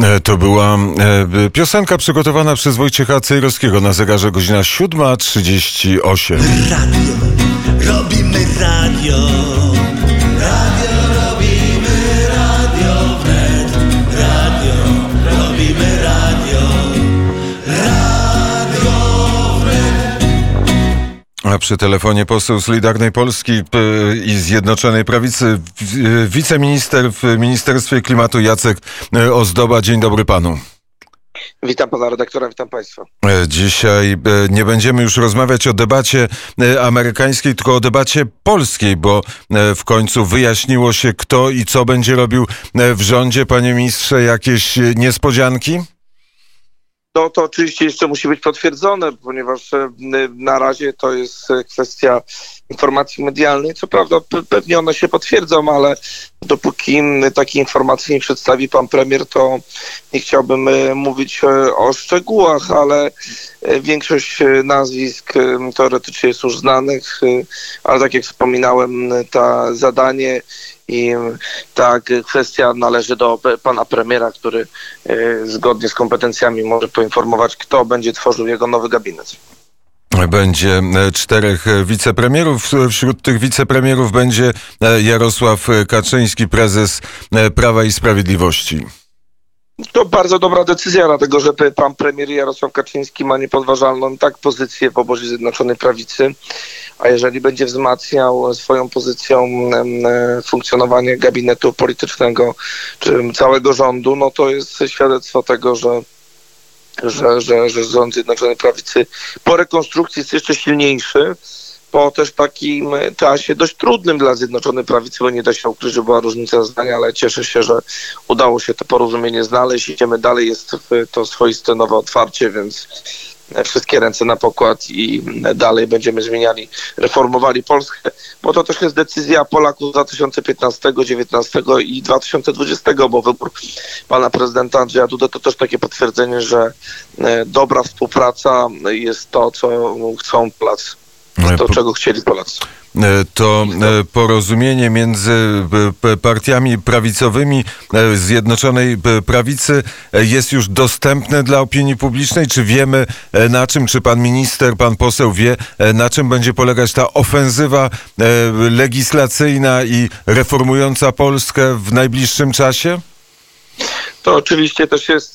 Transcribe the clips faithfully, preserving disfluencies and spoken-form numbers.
To była piosenka przygotowana przez Wojciecha Cejrowskiego. Na zegarze godzina siódma trzydzieści osiem. Radio, robimy radio. Radio, robimy radio wnet. Radio, robimy radio. Radio wnet. A przy telefonie poseł Solidarnej Polski i Zjednoczonej Prawicy, wiceminister w Ministerstwie Klimatu Jacek Ozdoba. Dzień dobry panu. Witam pana redaktora, witam państwa. Dzisiaj nie będziemy już rozmawiać o debacie amerykańskiej, tylko o debacie polskiej, bo w końcu wyjaśniło się, kto i co będzie robił w rządzie. Panie ministrze, jakieś niespodzianki? No to oczywiście jeszcze musi być potwierdzone, ponieważ na razie to jest kwestia informacji medialnej. Co prawda pewnie one się potwierdzą, ale dopóki takiej informacji nie przedstawi pan premier, to nie chciałbym mówić o szczegółach, ale większość nazwisk teoretycznie jest już znanych, ale tak jak wspominałem, to zadanie i ta kwestia należy do pana premiera, który zgodnie z kompetencjami może poinformować, kto będzie tworzył jego nowy gabinet. Będzie czterech wicepremierów. Wśród tych wicepremierów będzie Jarosław Kaczyński, prezes Prawa i Sprawiedliwości. To bardzo dobra decyzja, dlatego że pan premier Jarosław Kaczyński ma niepodważalną tak pozycję w obozie Zjednoczonej Prawicy, a jeżeli będzie wzmacniał swoją pozycją funkcjonowanie gabinetu politycznego czy całego rządu, no to jest świadectwo tego, że Że, że, że rząd Zjednoczonej Prawicy po rekonstrukcji jest jeszcze silniejszy, po też takim czasie dość trudnym dla Zjednoczonej Prawicy, bo nie da się ukryć, że była różnica zdania, ale cieszę się, że udało się to porozumienie znaleźć. Idziemy dalej, jest to swoiste nowe otwarcie, więc wszystkie ręce na pokład i dalej będziemy zmieniali, reformowali Polskę, bo to też jest decyzja Polaków z dwa tysiące piętnastego, dziewiętnastego i dwa tysiące dwudziestego, bo wybór pana prezydenta Andrzeja Dudy to też takie potwierdzenie, że dobra współpraca jest to, co chcą Polacy, to, czego chcieli Polacy. To porozumienie między partiami prawicowymi Zjednoczonej Prawicy jest już dostępne dla opinii publicznej? Czy wiemy na czym, czy pan minister, pan poseł wie, na czym będzie polegać ta ofensywa legislacyjna i reformująca Polskę w najbliższym czasie? To oczywiście też jest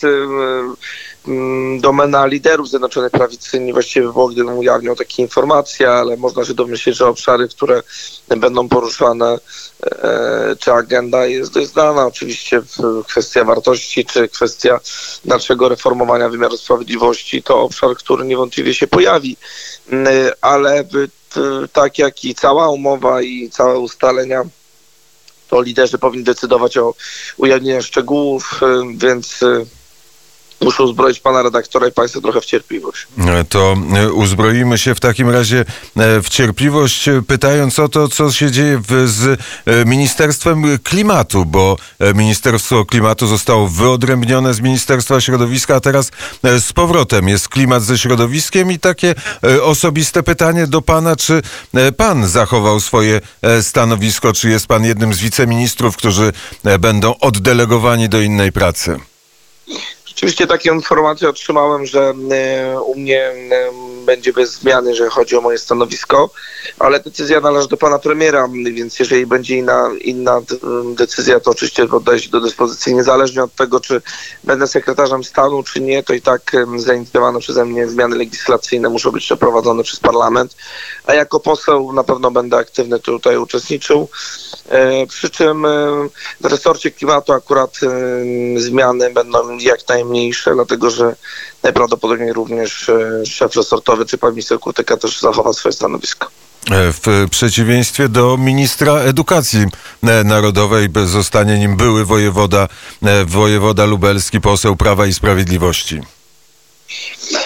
domena liderów Zjednoczonej Prawicy. Niewłaściwie było, gdybym ujawniał takie informacje, ale można się domyślić, że obszary, które będą poruszane, czy agenda jest dość znana. Oczywiście kwestia wartości, czy kwestia dalszego reformowania wymiaru sprawiedliwości to obszar, który niewątpliwie się pojawi, ale tak jak i cała umowa i całe ustalenia, to liderzy powinni decydować o ujawnieniu szczegółów, więc muszę uzbroić pana redaktora i państwa trochę w cierpliwość. To uzbroimy się w takim razie w cierpliwość, pytając o to, co się dzieje w, z Ministerstwem Klimatu, bo Ministerstwo Klimatu zostało wyodrębnione z Ministerstwa Środowiska, a teraz z powrotem jest klimat ze środowiskiem i takie osobiste pytanie do pana, czy pan zachował swoje stanowisko, czy jest pan jednym z wiceministrów, którzy będą oddelegowani do innej pracy? Rzeczywiście takie informacje otrzymałem, że u mnie będzie bez zmiany, jeżeli chodzi o moje stanowisko, ale decyzja należy do pana premiera, więc jeżeli będzie inna, inna decyzja, to oczywiście oddaję się do dyspozycji, niezależnie od tego, czy będę sekretarzem stanu, czy nie, to i tak zainicjowane przeze mnie zmiany legislacyjne muszą być przeprowadzone przez parlament, a jako poseł na pewno będę aktywny tutaj uczestniczył. Przy czym w resorcie klimatu akurat zmiany będą jak najmniejsze, dlatego że najprawdopodobniej również szef resortowy czy pan minister Kurtyka też zachowa swoje stanowisko. W przeciwieństwie do ministra edukacji narodowej, zostanie nim były wojewoda, wojewoda lubelski, poseł Prawa i Sprawiedliwości.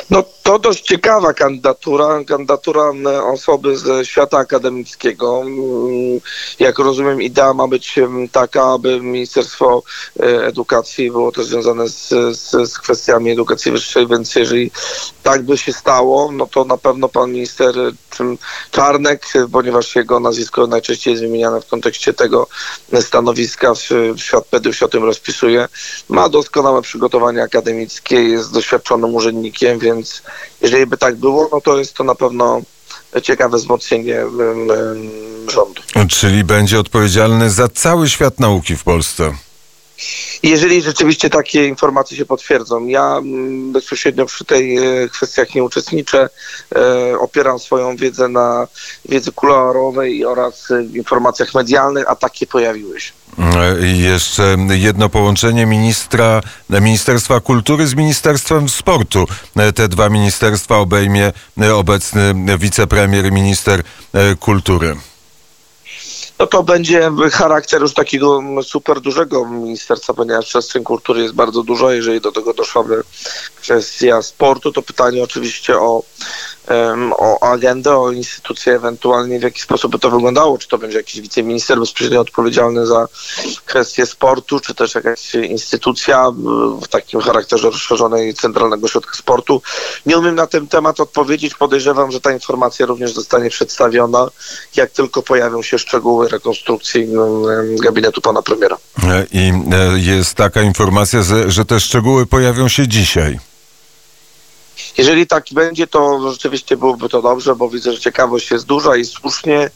No to dość ciekawa kandydatura, kandydatura osoby ze świata akademickiego. Jak rozumiem, idea ma być taka, aby Ministerstwo Edukacji było też związane z, z, z kwestiami edukacji wyższej, więc jeżeli tak by się stało, no to na pewno pan minister Czarnek, ponieważ jego nazwisko najczęściej jest wymieniane w kontekście tego stanowiska, świat pedył się o tym rozpisuje, ma doskonałe przygotowanie akademickie, jest doświadczonym urzędnikiem, więc jeżeli by tak było, no to jest to na pewno ciekawe wzmocnienie rządu. Czyli będzie odpowiedzialny za cały świat nauki w Polsce. Jeżeli rzeczywiście takie informacje się potwierdzą, ja bezpośrednio przy tej kwestiach nie uczestniczę, opieram swoją wiedzę na wiedzy kuluarowej oraz informacjach medialnych, a takie pojawiły się. I jeszcze jedno połączenie ministra, Ministerstwa Kultury z Ministerstwem Sportu. Te dwa ministerstwa obejmie obecny wicepremier i minister kultury. No to będzie charakter już takiego super dużego ministerstwa, ponieważ przestrzeń kultury jest bardzo duża. Jeżeli do tego doszłaby kwestia sportu, to pytanie oczywiście o, um, o agendę, o instytucję, ewentualnie w jaki sposób by to wyglądało. Czy to będzie jakiś wiceminister bezpośrednio odpowiedzialny za kwestie sportu, czy też jakaś instytucja w takim charakterze rozszerzonej Centralnego Ośrodka Sportu. Nie umiem na ten temat odpowiedzieć. Podejrzewam, że ta informacja również zostanie przedstawiona, jak tylko pojawią się szczegóły rekonstrukcji gabinetu pana premiera. I jest taka informacja, że te szczegóły pojawią się dzisiaj. Jeżeli tak będzie, to rzeczywiście byłoby to dobrze, bo widzę, że ciekawość jest duża i słusznie.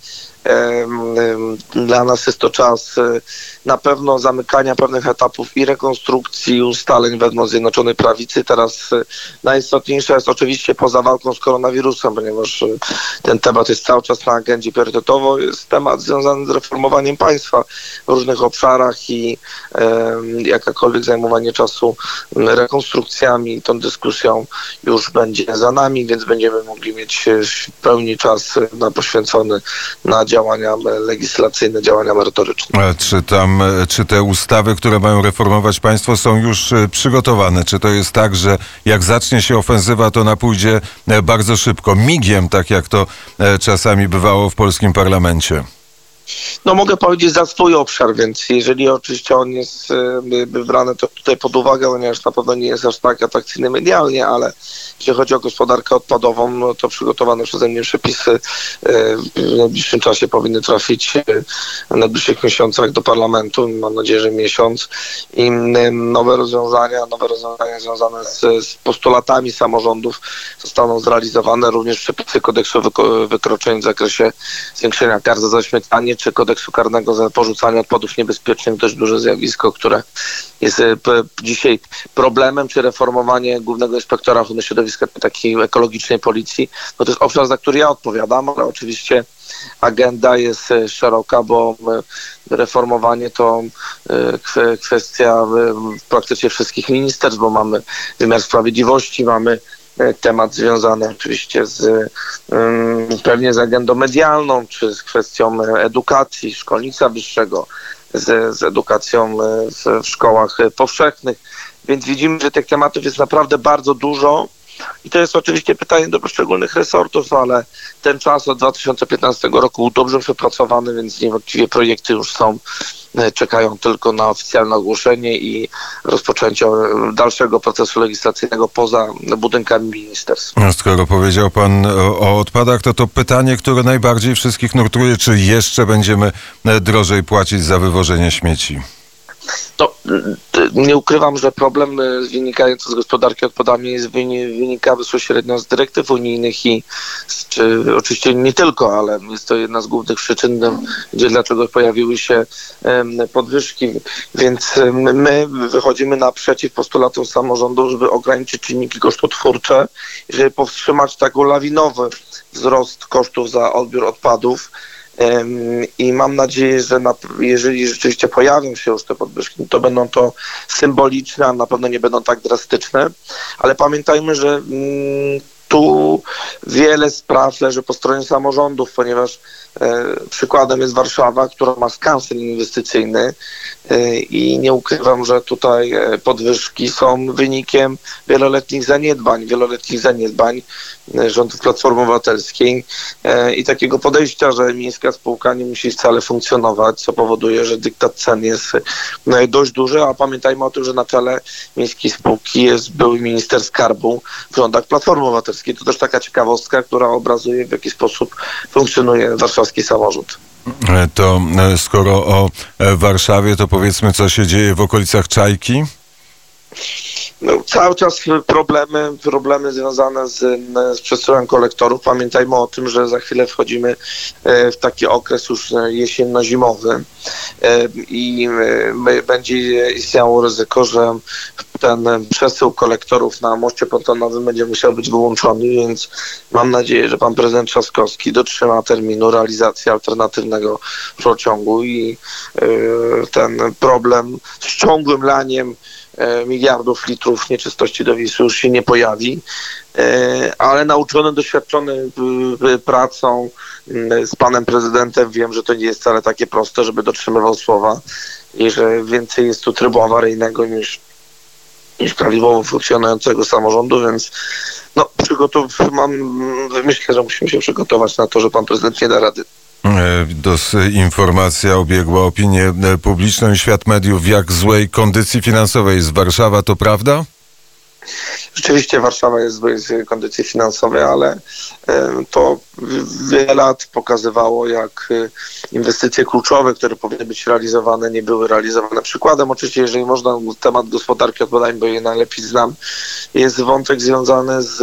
Dla nas jest to czas na pewno zamykania pewnych etapów i rekonstrukcji, i ustaleń wewnątrz Zjednoczonej Prawicy. Teraz najistotniejsze jest oczywiście poza walką z koronawirusem, ponieważ ten temat jest cały czas na agendzie priorytetowo, jest temat związany z reformowaniem państwa w różnych obszarach i jakakolwiek zajmowanie czasu rekonstrukcjami, tą dyskusją już będzie za nami, więc będziemy mogli mieć w pełni czas na poświęcony na działania legislacyjne, działania merytoryczne. Czy tam, czy te ustawy, które mają reformować państwo, są już przygotowane? Czy to jest tak, że jak zacznie się ofensywa, to ona pójdzie bardzo szybko, migiem, tak jak to czasami bywało w polskim parlamencie? No mogę powiedzieć za swój obszar, więc jeżeli oczywiście on jest wybrany to tutaj pod uwagę, ponieważ na pewno nie jest aż tak atrakcyjny medialnie, ale jeśli chodzi o gospodarkę odpadową, no to przygotowane przeze mnie przepisy w najbliższym czasie powinny trafić w najbliższych miesiącach do parlamentu, mam nadzieję, że miesiąc, i nowe rozwiązania, nowe rozwiązania związane z, z postulatami samorządów zostaną zrealizowane, również przepisy kodeksu wyko- wykroczeń w zakresie zwiększenia kar za zaśmiecanie, czy kodeksu karnego za porzucanie odpadów niebezpiecznych, dość duże zjawisko, które jest dzisiaj problemem, czy reformowanie Głównego Inspektora Ochrony Środowiska, takiej ekologicznej policji. No to jest obszar, za który ja odpowiadam, ale oczywiście agenda jest szeroka, bo reformowanie to kwestia praktycznie wszystkich ministerstw, bo mamy wymiar sprawiedliwości, mamy temat związany oczywiście z um, pewnie z agendą medialną, czy z kwestią edukacji, szkolnictwa wyższego, z, z edukacją w, w szkołach powszechnych. Więc widzimy, że tych tematów jest naprawdę bardzo dużo i to jest oczywiście pytanie do poszczególnych resortów, ale ten czas od dwa tysiące piętnastego roku był dobrze przepracowany, więc niewątpliwie projekty już są, czekają tylko na oficjalne ogłoszenie i rozpoczęcie dalszego procesu legislacyjnego poza budynkami ministerstw. Skoro powiedział pan o, o odpadach, to to pytanie, które najbardziej wszystkich nurtuje, czy jeszcze będziemy drożej płacić za wywożenie śmieci? To nie ukrywam, że problem wynikający z gospodarki odpadami jest, wynika bezpośrednio z dyrektyw unijnych i z, czy, oczywiście nie tylko, ale jest to jedna z głównych przyczyn, gdzie dlaczego pojawiły się podwyżki, więc my wychodzimy naprzeciw postulatom samorządów, żeby ograniczyć czynniki kosztotwórcze, żeby powstrzymać taki lawinowy wzrost kosztów za odbiór odpadów. I mam nadzieję, że na, jeżeli rzeczywiście pojawią się już te podwyżki, to będą to symboliczne, a na pewno nie będą tak drastyczne, ale pamiętajmy, że mm, tu wiele spraw leży po stronie samorządów, ponieważ Przykładem jest Warszawa, która ma skansen inwestycyjny i nie ukrywam, że tutaj podwyżki są wynikiem wieloletnich zaniedbań, wieloletnich zaniedbań rządów Platformy Obywatelskiej i takiego podejścia, że miejska spółka nie musi wcale funkcjonować, co powoduje, że dyktat cen jest dość duży, a pamiętajmy o tym, że na czele miejskiej spółki jest były minister skarbu w rządach Platformy Obywatelskiej. To też taka ciekawostka, która obrazuje, w jaki sposób funkcjonuje warszawski samorząd. To skoro o Warszawie, to powiedzmy, co się dzieje w okolicach Czajki? No, cały czas problemy, problemy związane z, z przesyłem kolektorów. Pamiętajmy o tym, że za chwilę wchodzimy w taki okres już jesienno-zimowy i będzie istniało ryzyko, że ten przesył kolektorów na moście pontonowym będzie musiał być wyłączony, więc mam nadzieję, że pan prezydent Trzaskowski dotrzyma terminu realizacji alternatywnego rurociągu i ten problem z ciągłym laniem miliardów litrów nieczystości do Wisły już się nie pojawi, ale nauczony, doświadczony pracą z panem prezydentem wiem, że to nie jest wcale takie proste, żeby dotrzymywał słowa i że więcej jest tu trybu awaryjnego niż, niż prawidłowo funkcjonującego samorządu, więc no, przygotow- mam, myślę, że musimy się przygotować na to, że pan prezydent nie da rady. Dos, informacja obiegła opinię publiczną i świat mediów, w jak złej kondycji finansowej jest Warszawa, to prawda? Rzeczywiście Warszawa jest w złej kondycji finansowej, ale to wiele lat pokazywało, jak inwestycje kluczowe, które powinny być realizowane, nie były realizowane. Przykładem oczywiście, jeżeli można, temat gospodarki odpowiadać, bo je najlepiej znam, jest wątek związany z,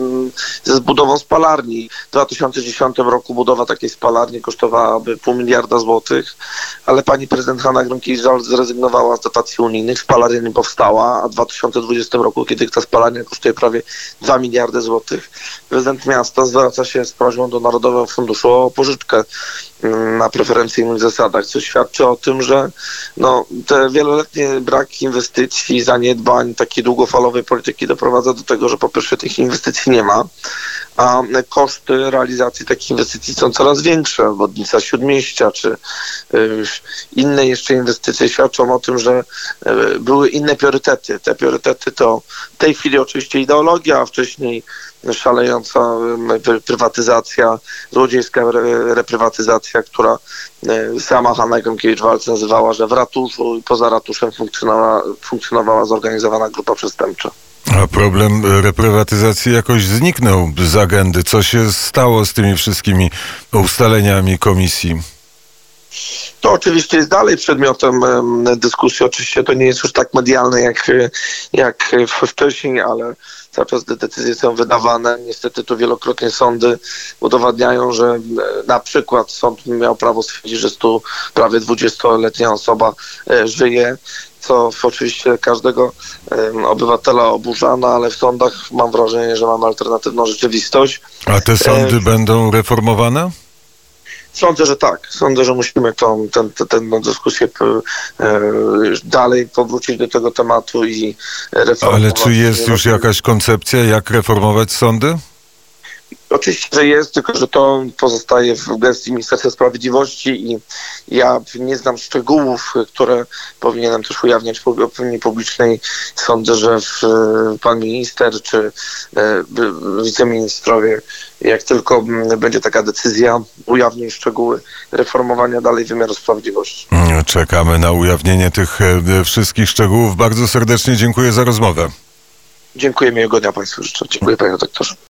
ze zbudową spalarni. W dwa tysiące dziesiątym roku budowa takiej spalarni kosztowałaby pół miliarda złotych, ale pani prezydent Hanna Gronkiewicz zrezygnowała z dotacji unijnych, spalarnia nie powstała, a w dwa tysiące dwudziestym roku, kiedy ta spalarnia kosztuje prawie dwa miliardy złotych, prezydent miasta zwraca się z prośbą do Narodowego Funduszu o pożyczkę na preferencyjnych zasadach, co świadczy o tym, że no, te wieloletnie brak inwestycji, zaniedbań, takiej długofalowej polityki doprowadza do tego, że po pierwsze tych inwestycji nie ma, a koszty realizacji takich inwestycji są coraz większe. Obwodnica Śródmieścia czy y, inne jeszcze inwestycje świadczą o tym, że y, były inne priorytety. Te priorytety to w tej chwili oczywiście ideologia, a wcześniej szalejąca y, prywatyzacja, złodziejska re, reprywatyzacja, która y, sama Hanna Gronkiewicz-Waltz nazywała, że w ratuszu i poza ratuszem funkcjonowała, funkcjonowała zorganizowana grupa przestępcza. A problem reprywatyzacji jakoś zniknął z agendy. Co się stało z tymi wszystkimi ustaleniami komisji? To oczywiście jest dalej przedmiotem dyskusji. Oczywiście to nie jest już tak medialne jak, jak wcześniej, ale cały czas te decyzje są wydawane. Niestety tu wielokrotnie sądy udowadniają, że na przykład sąd miał prawo stwierdzić, że tu prawie dwudziestoletnia osoba żyje, co oczywiście każdego um, obywatela oburza, no ale w sądach mam wrażenie, że mamy alternatywną rzeczywistość. A te sądy e... będą reformowane? Sądzę, że tak. Sądzę, że musimy tą, ten, ten, tę dyskusję e, dalej powrócić do tego tematu i reformować. Ale czy jest już jakaś koncepcja, jak reformować sądy? Oczywiście, że jest, tylko że to pozostaje w gestii Ministerstwa Sprawiedliwości i ja nie znam szczegółów, które powinienem też ujawniać w opinii publicznej. Sądzę, że w, pan minister czy e, wiceministrowie, jak tylko będzie taka decyzja, ujawnią szczegóły reformowania dalej wymiaru sprawiedliwości. Czekamy na ujawnienie tych e, wszystkich szczegółów. Bardzo serdecznie dziękuję za rozmowę. Dziękuję, miłego dnia Państwu życzę. Dziękuję, panie redaktorze.